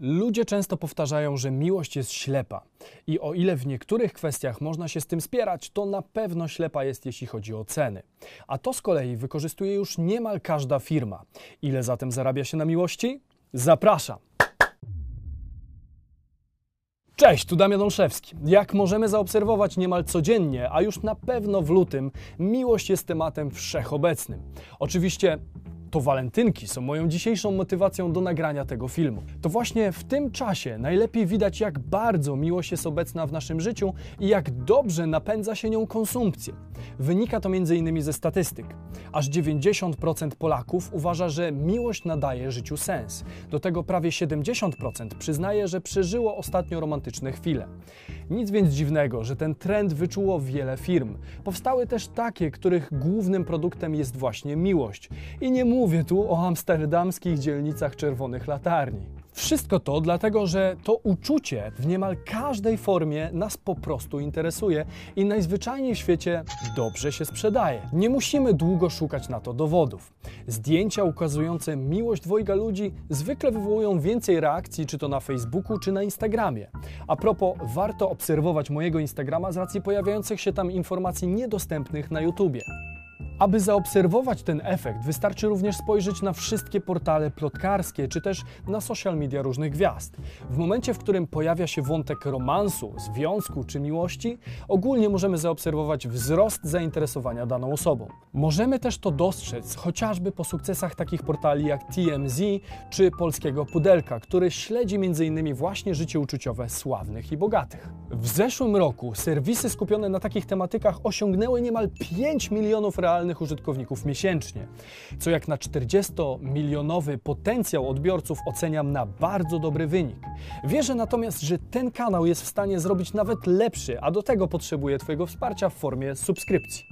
Ludzie często powtarzają, że miłość jest ślepa i o ile w niektórych kwestiach można się z tym spierać, to na pewno ślepa jest, jeśli chodzi o ceny. A to z kolei wykorzystuje już niemal każda firma. Ile zatem zarabia się na miłości? Zapraszam! Cześć, tu Damian Olszewski. Jak możemy zaobserwować niemal codziennie, a już na pewno w lutym, miłość jest tematem wszechobecnym. Oczywiście to walentynki są moją dzisiejszą motywacją do nagrania tego filmu. To właśnie w tym czasie najlepiej widać, jak bardzo miłość jest obecna w naszym życiu i jak dobrze napędza się nią konsumpcję. Wynika to m.in. ze statystyk. Aż 90% Polaków uważa, że miłość nadaje życiu sens. Do tego prawie 70% przyznaje, że przeżyło ostatnio romantyczne chwile. Nic więc dziwnego, że ten trend wyczuło wiele firm. Powstały też takie, których głównym produktem jest właśnie miłość. I nie mówię tu o amsterdamskich dzielnicach czerwonych latarni. Wszystko to dlatego, że to uczucie w niemal każdej formie nas po prostu interesuje i najzwyczajniej w świecie dobrze się sprzedaje. Nie musimy długo szukać na to dowodów. Zdjęcia ukazujące miłość dwojga ludzi zwykle wywołują więcej reakcji, czy to na Facebooku, czy na Instagramie. A propos, warto obserwować mojego Instagrama z racji pojawiających się tam informacji niedostępnych na YouTubie. Aby zaobserwować ten efekt, wystarczy również spojrzeć na wszystkie portale plotkarskie, czy też na social media różnych gwiazd. W momencie, w którym pojawia się wątek romansu, związku czy miłości, ogólnie możemy zaobserwować wzrost zainteresowania daną osobą. Możemy też to dostrzec chociażby po sukcesach takich portali jak TMZ czy Polskiego Pudelka, który śledzi m.in. właśnie życie uczuciowe sławnych i bogatych. W zeszłym roku serwisy skupione na takich tematykach osiągnęły niemal 5 milionów realnych użytkowników miesięcznie, co jak na 40-milionowy potencjał odbiorców oceniam na bardzo dobry wynik. Wierzę natomiast, że ten kanał jest w stanie zrobić nawet lepszy, a do tego potrzebuje Twojego wsparcia w formie subskrypcji.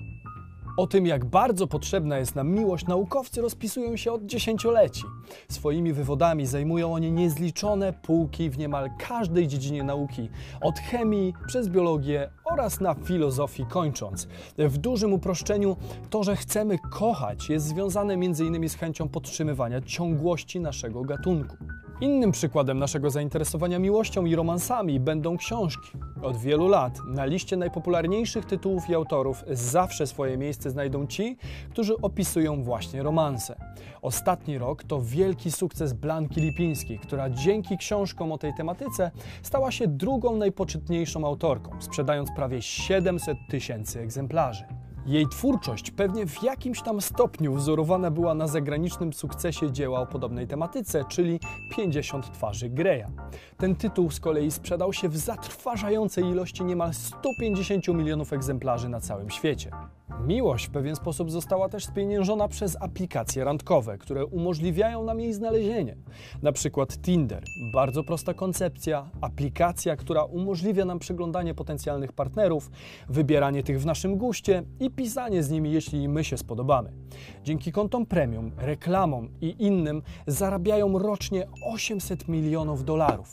O tym, jak bardzo potrzebna jest nam miłość, naukowcy rozpisują się od dziesięcioleci. Swoimi wywodami zajmują oni niezliczone półki w niemal każdej dziedzinie nauki, od chemii przez biologię oraz na filozofii kończąc. W dużym uproszczeniu to, że chcemy kochać, jest związane m.in. z chęcią podtrzymywania ciągłości naszego gatunku. Innym przykładem naszego zainteresowania miłością i romansami będą książki. Od wielu lat na liście najpopularniejszych tytułów i autorów zawsze swoje miejsce znajdą ci, którzy opisują właśnie romanse. Ostatni rok to wielki sukces Blanki Lipińskiej, która dzięki książkom o tej tematyce stała się drugą najpoczytniejszą autorką, sprzedając prawie 700 000 egzemplarzy. Jej twórczość pewnie w jakimś tam stopniu wzorowana była na zagranicznym sukcesie dzieła o podobnej tematyce, czyli 50 twarzy Greya. Ten tytuł z kolei sprzedał się w zatrważającej ilości niemal 150 milionów egzemplarzy na całym świecie. Miłość w pewien sposób została też spieniężona przez aplikacje randkowe, które umożliwiają nam jej znalezienie. Na przykład Tinder. Bardzo prosta koncepcja, aplikacja, która umożliwia nam przeglądanie potencjalnych partnerów, wybieranie tych w naszym guście i pisanie z nimi, jeśli my się spodobamy. Dzięki kontom premium, reklamom i innym zarabiają rocznie $800 milionów.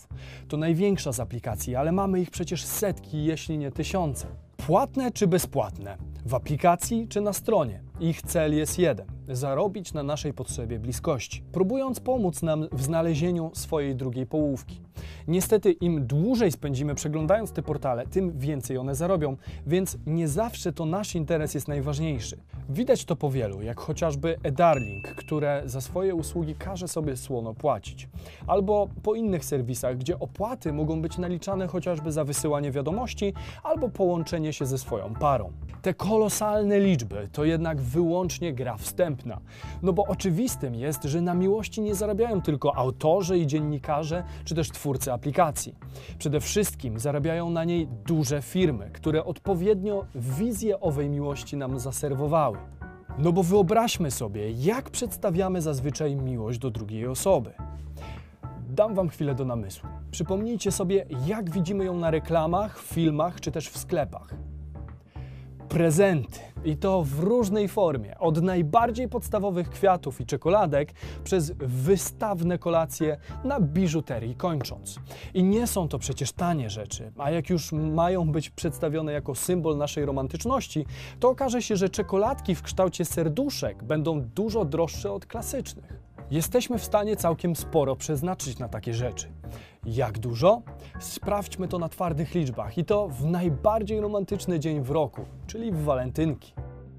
To największa z aplikacji, ale mamy ich przecież setki, jeśli nie tysiące. Płatne czy bezpłatne? W aplikacji czy na stronie? Ich cel jest jeden – zarobić na naszej potrzebie bliskości, próbując pomóc nam w znalezieniu swojej drugiej połówki. Niestety im dłużej spędzimy przeglądając te portale, tym więcej one zarobią, więc nie zawsze to nasz interes jest najważniejszy. Widać to po wielu, jak chociażby eDarling, które za swoje usługi każe sobie słono płacić. Albo po innych serwisach, gdzie opłaty mogą być naliczane chociażby za wysyłanie wiadomości albo połączenie się ze swoją parą. Te kolosalne liczby to jednak wyłącznie gra wstępna. No bo oczywistym jest, że na miłości nie zarabiają tylko autorzy i dziennikarze, czy też twórcy aplikacji. Przede wszystkim zarabiają na niej duże firmy, które odpowiednio wizję owej miłości nam zaserwowały. No bo wyobraźmy sobie, jak przedstawiamy zazwyczaj miłość do drugiej osoby. Dam Wam chwilę do namysłu. Przypomnijcie sobie, jak widzimy ją na reklamach, filmach, czy też w sklepach. Prezenty. I to w różnej formie. Od najbardziej podstawowych kwiatów i czekoladek przez wystawne kolacje na biżuterii kończąc. I nie są to przecież tanie rzeczy, a jak już mają być przedstawione jako symbol naszej romantyczności, to okaże się, że czekoladki w kształcie serduszek będą dużo droższe od klasycznych. Jesteśmy w stanie całkiem sporo przeznaczyć na takie rzeczy. Jak dużo? Sprawdźmy to na twardych liczbach i to w najbardziej romantyczny dzień w roku, czyli w walentynki.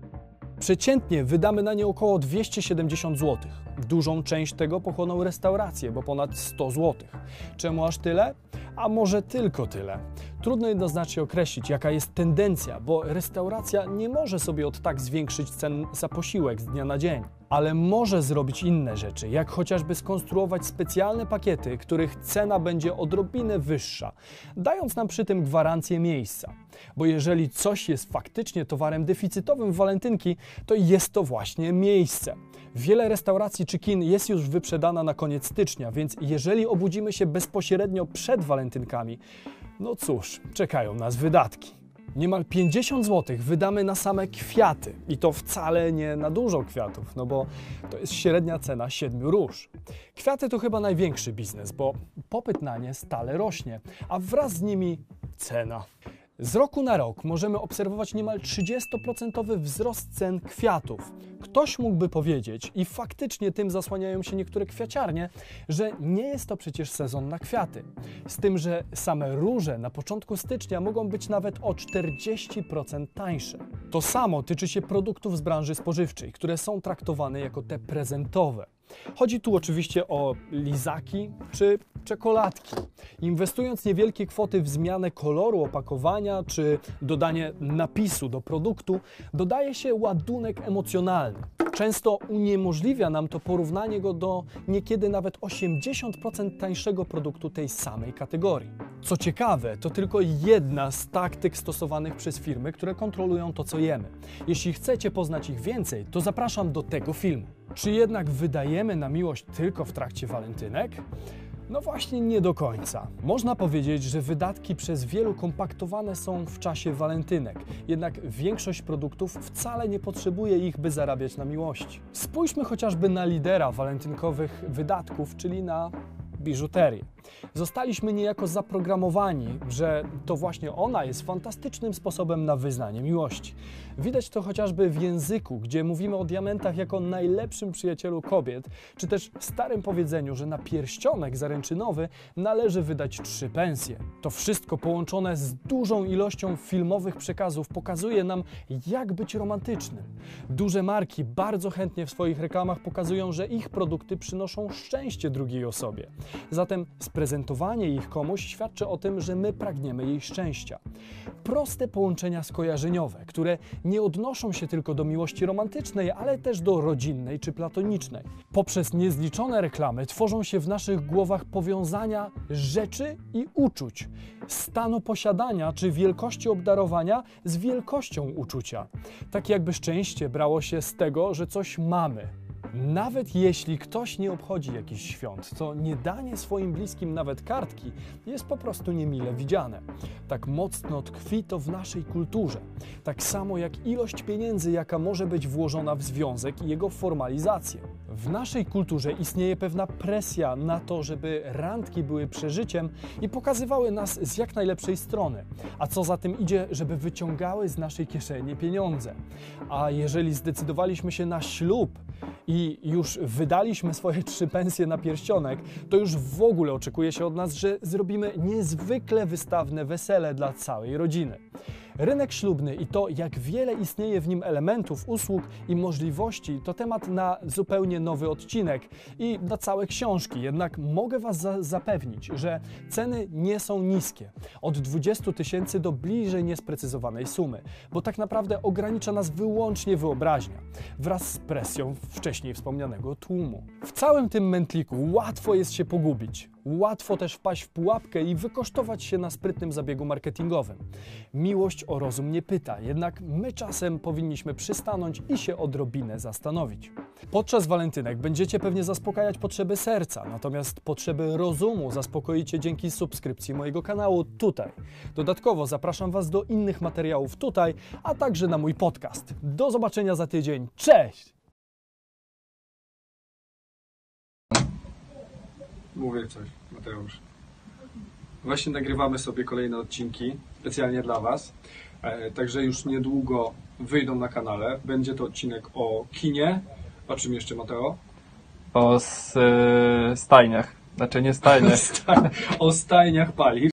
Przeciętnie wydamy na nie około 270 zł. Dużą część tego pochłoną restauracje, bo ponad 100 zł. Czemu aż tyle? A może tylko tyle? Trudno jednoznacznie określić, jaka jest tendencja, bo restauracja nie może sobie od tak zwiększyć cen za posiłek z dnia na dzień. Ale może zrobić inne rzeczy, jak chociażby skonstruować specjalne pakiety, których cena będzie odrobinę wyższa, dając nam przy tym gwarancję miejsca. Bo jeżeli coś jest faktycznie towarem deficytowym w walentynki, to jest to właśnie miejsce. Wiele restauracji czy kin jest już wyprzedana na koniec stycznia, więc jeżeli obudzimy się bezpośrednio przed walentynkami, no cóż, czekają nas wydatki. Niemal 50 zł wydamy na same kwiaty i to wcale nie na dużo kwiatów, no bo to jest średnia cena 7 róż. Kwiaty to chyba największy biznes, bo popyt na nie stale rośnie, a wraz z nimi cena. Z roku na rok możemy obserwować niemal 30% wzrost cen kwiatów. Ktoś mógłby powiedzieć, i faktycznie tym zasłaniają się niektóre kwiaciarnie, że nie jest to przecież sezon na kwiaty. Z tym, że same róże na początku stycznia mogą być nawet o 40% tańsze. To samo tyczy się produktów z branży spożywczej, które są traktowane jako te prezentowe. Chodzi tu oczywiście o lizaki czy czekoladki. Inwestując niewielkie kwoty w zmianę koloru opakowania czy dodanie napisu do produktu, dodaje się ładunek emocjonalny. Często uniemożliwia nam to porównanie go do niekiedy nawet 80% tańszego produktu tej samej kategorii. Co ciekawe, to tylko jedna z taktyk stosowanych przez firmy, które kontrolują to, co jemy. Jeśli chcecie poznać ich więcej, to zapraszam do tego filmu. Czy jednak wydajemy na miłość tylko w trakcie walentynek? No właśnie nie do końca. Można powiedzieć, że wydatki przez wielu kompaktowane są w czasie walentynek, jednak większość produktów wcale nie potrzebuje ich, by zarabiać na miłości. Spójrzmy chociażby na lidera walentynkowych wydatków, czyli na biżuterię. Zostaliśmy niejako zaprogramowani, że to właśnie ona jest fantastycznym sposobem na wyznanie miłości. Widać to chociażby w języku, gdzie mówimy o diamentach jako najlepszym przyjacielu kobiet, czy też w starym powiedzeniu, że na pierścionek zaręczynowy należy wydać 3 pensje. To wszystko połączone z dużą ilością filmowych przekazów pokazuje nam, jak być romantycznym. Duże marki bardzo chętnie w swoich reklamach pokazują, że ich produkty przynoszą szczęście drugiej osobie. Zatem sprezentowanie ich komuś świadczy o tym, że my pragniemy jej szczęścia. Proste połączenia skojarzeniowe, które nie odnoszą się tylko do miłości romantycznej, ale też do rodzinnej czy platonicznej. Poprzez niezliczone reklamy tworzą się w naszych głowach powiązania rzeczy i uczuć, stanu posiadania czy wielkości obdarowania z wielkością uczucia. Tak jakby szczęście brało się z tego, że coś mamy. Nawet jeśli ktoś nie obchodzi jakichś świąt, to nie danie swoim bliskim nawet kartki jest po prostu niemile widziane. Tak mocno tkwi to w naszej kulturze. Tak samo jak ilość pieniędzy, jaka może być włożona w związek i jego formalizację. W naszej kulturze istnieje pewna presja na to, żeby randki były przeżyciem i pokazywały nas z jak najlepszej strony. A co za tym idzie, żeby wyciągały z naszej kieszeni pieniądze. A jeżeli zdecydowaliśmy się na ślub i już wydaliśmy swoje 3 pensje na pierścionek, to już w ogóle oczekuje się od nas, że zrobimy niezwykle wystawne wesele dla całej rodziny. Rynek ślubny i to, jak wiele istnieje w nim elementów, usług i możliwości, to temat na zupełnie nowy odcinek i na całe książki. Jednak mogę Was zapewnić, że ceny nie są niskie. Od 20 000 do bliżej niesprecyzowanej sumy, bo tak naprawdę ogranicza nas wyłącznie wyobraźnia, wraz z presją wcześniej wspomnianego tłumu. W całym tym mętliku łatwo jest się pogubić. Łatwo też wpaść w pułapkę i wykosztować się na sprytnym zabiegu marketingowym. Miłość o rozum nie pyta, jednak my czasem powinniśmy przystanąć i się odrobinę zastanowić. Podczas walentynek będziecie pewnie zaspokajać potrzeby serca, natomiast potrzeby rozumu zaspokoicie dzięki subskrypcji mojego kanału tutaj. Dodatkowo zapraszam Was do innych materiałów tutaj, a także na mój podcast. Do zobaczenia za tydzień. Cześć! Mówię coś, Mateusz. Właśnie nagrywamy sobie kolejne odcinki specjalnie dla Was. Także już niedługo wyjdą na kanale. Będzie to odcinek o kinie. O czym jeszcze, Mateo? O stajniach. Znaczy nie stajniach. O stajniach paliw.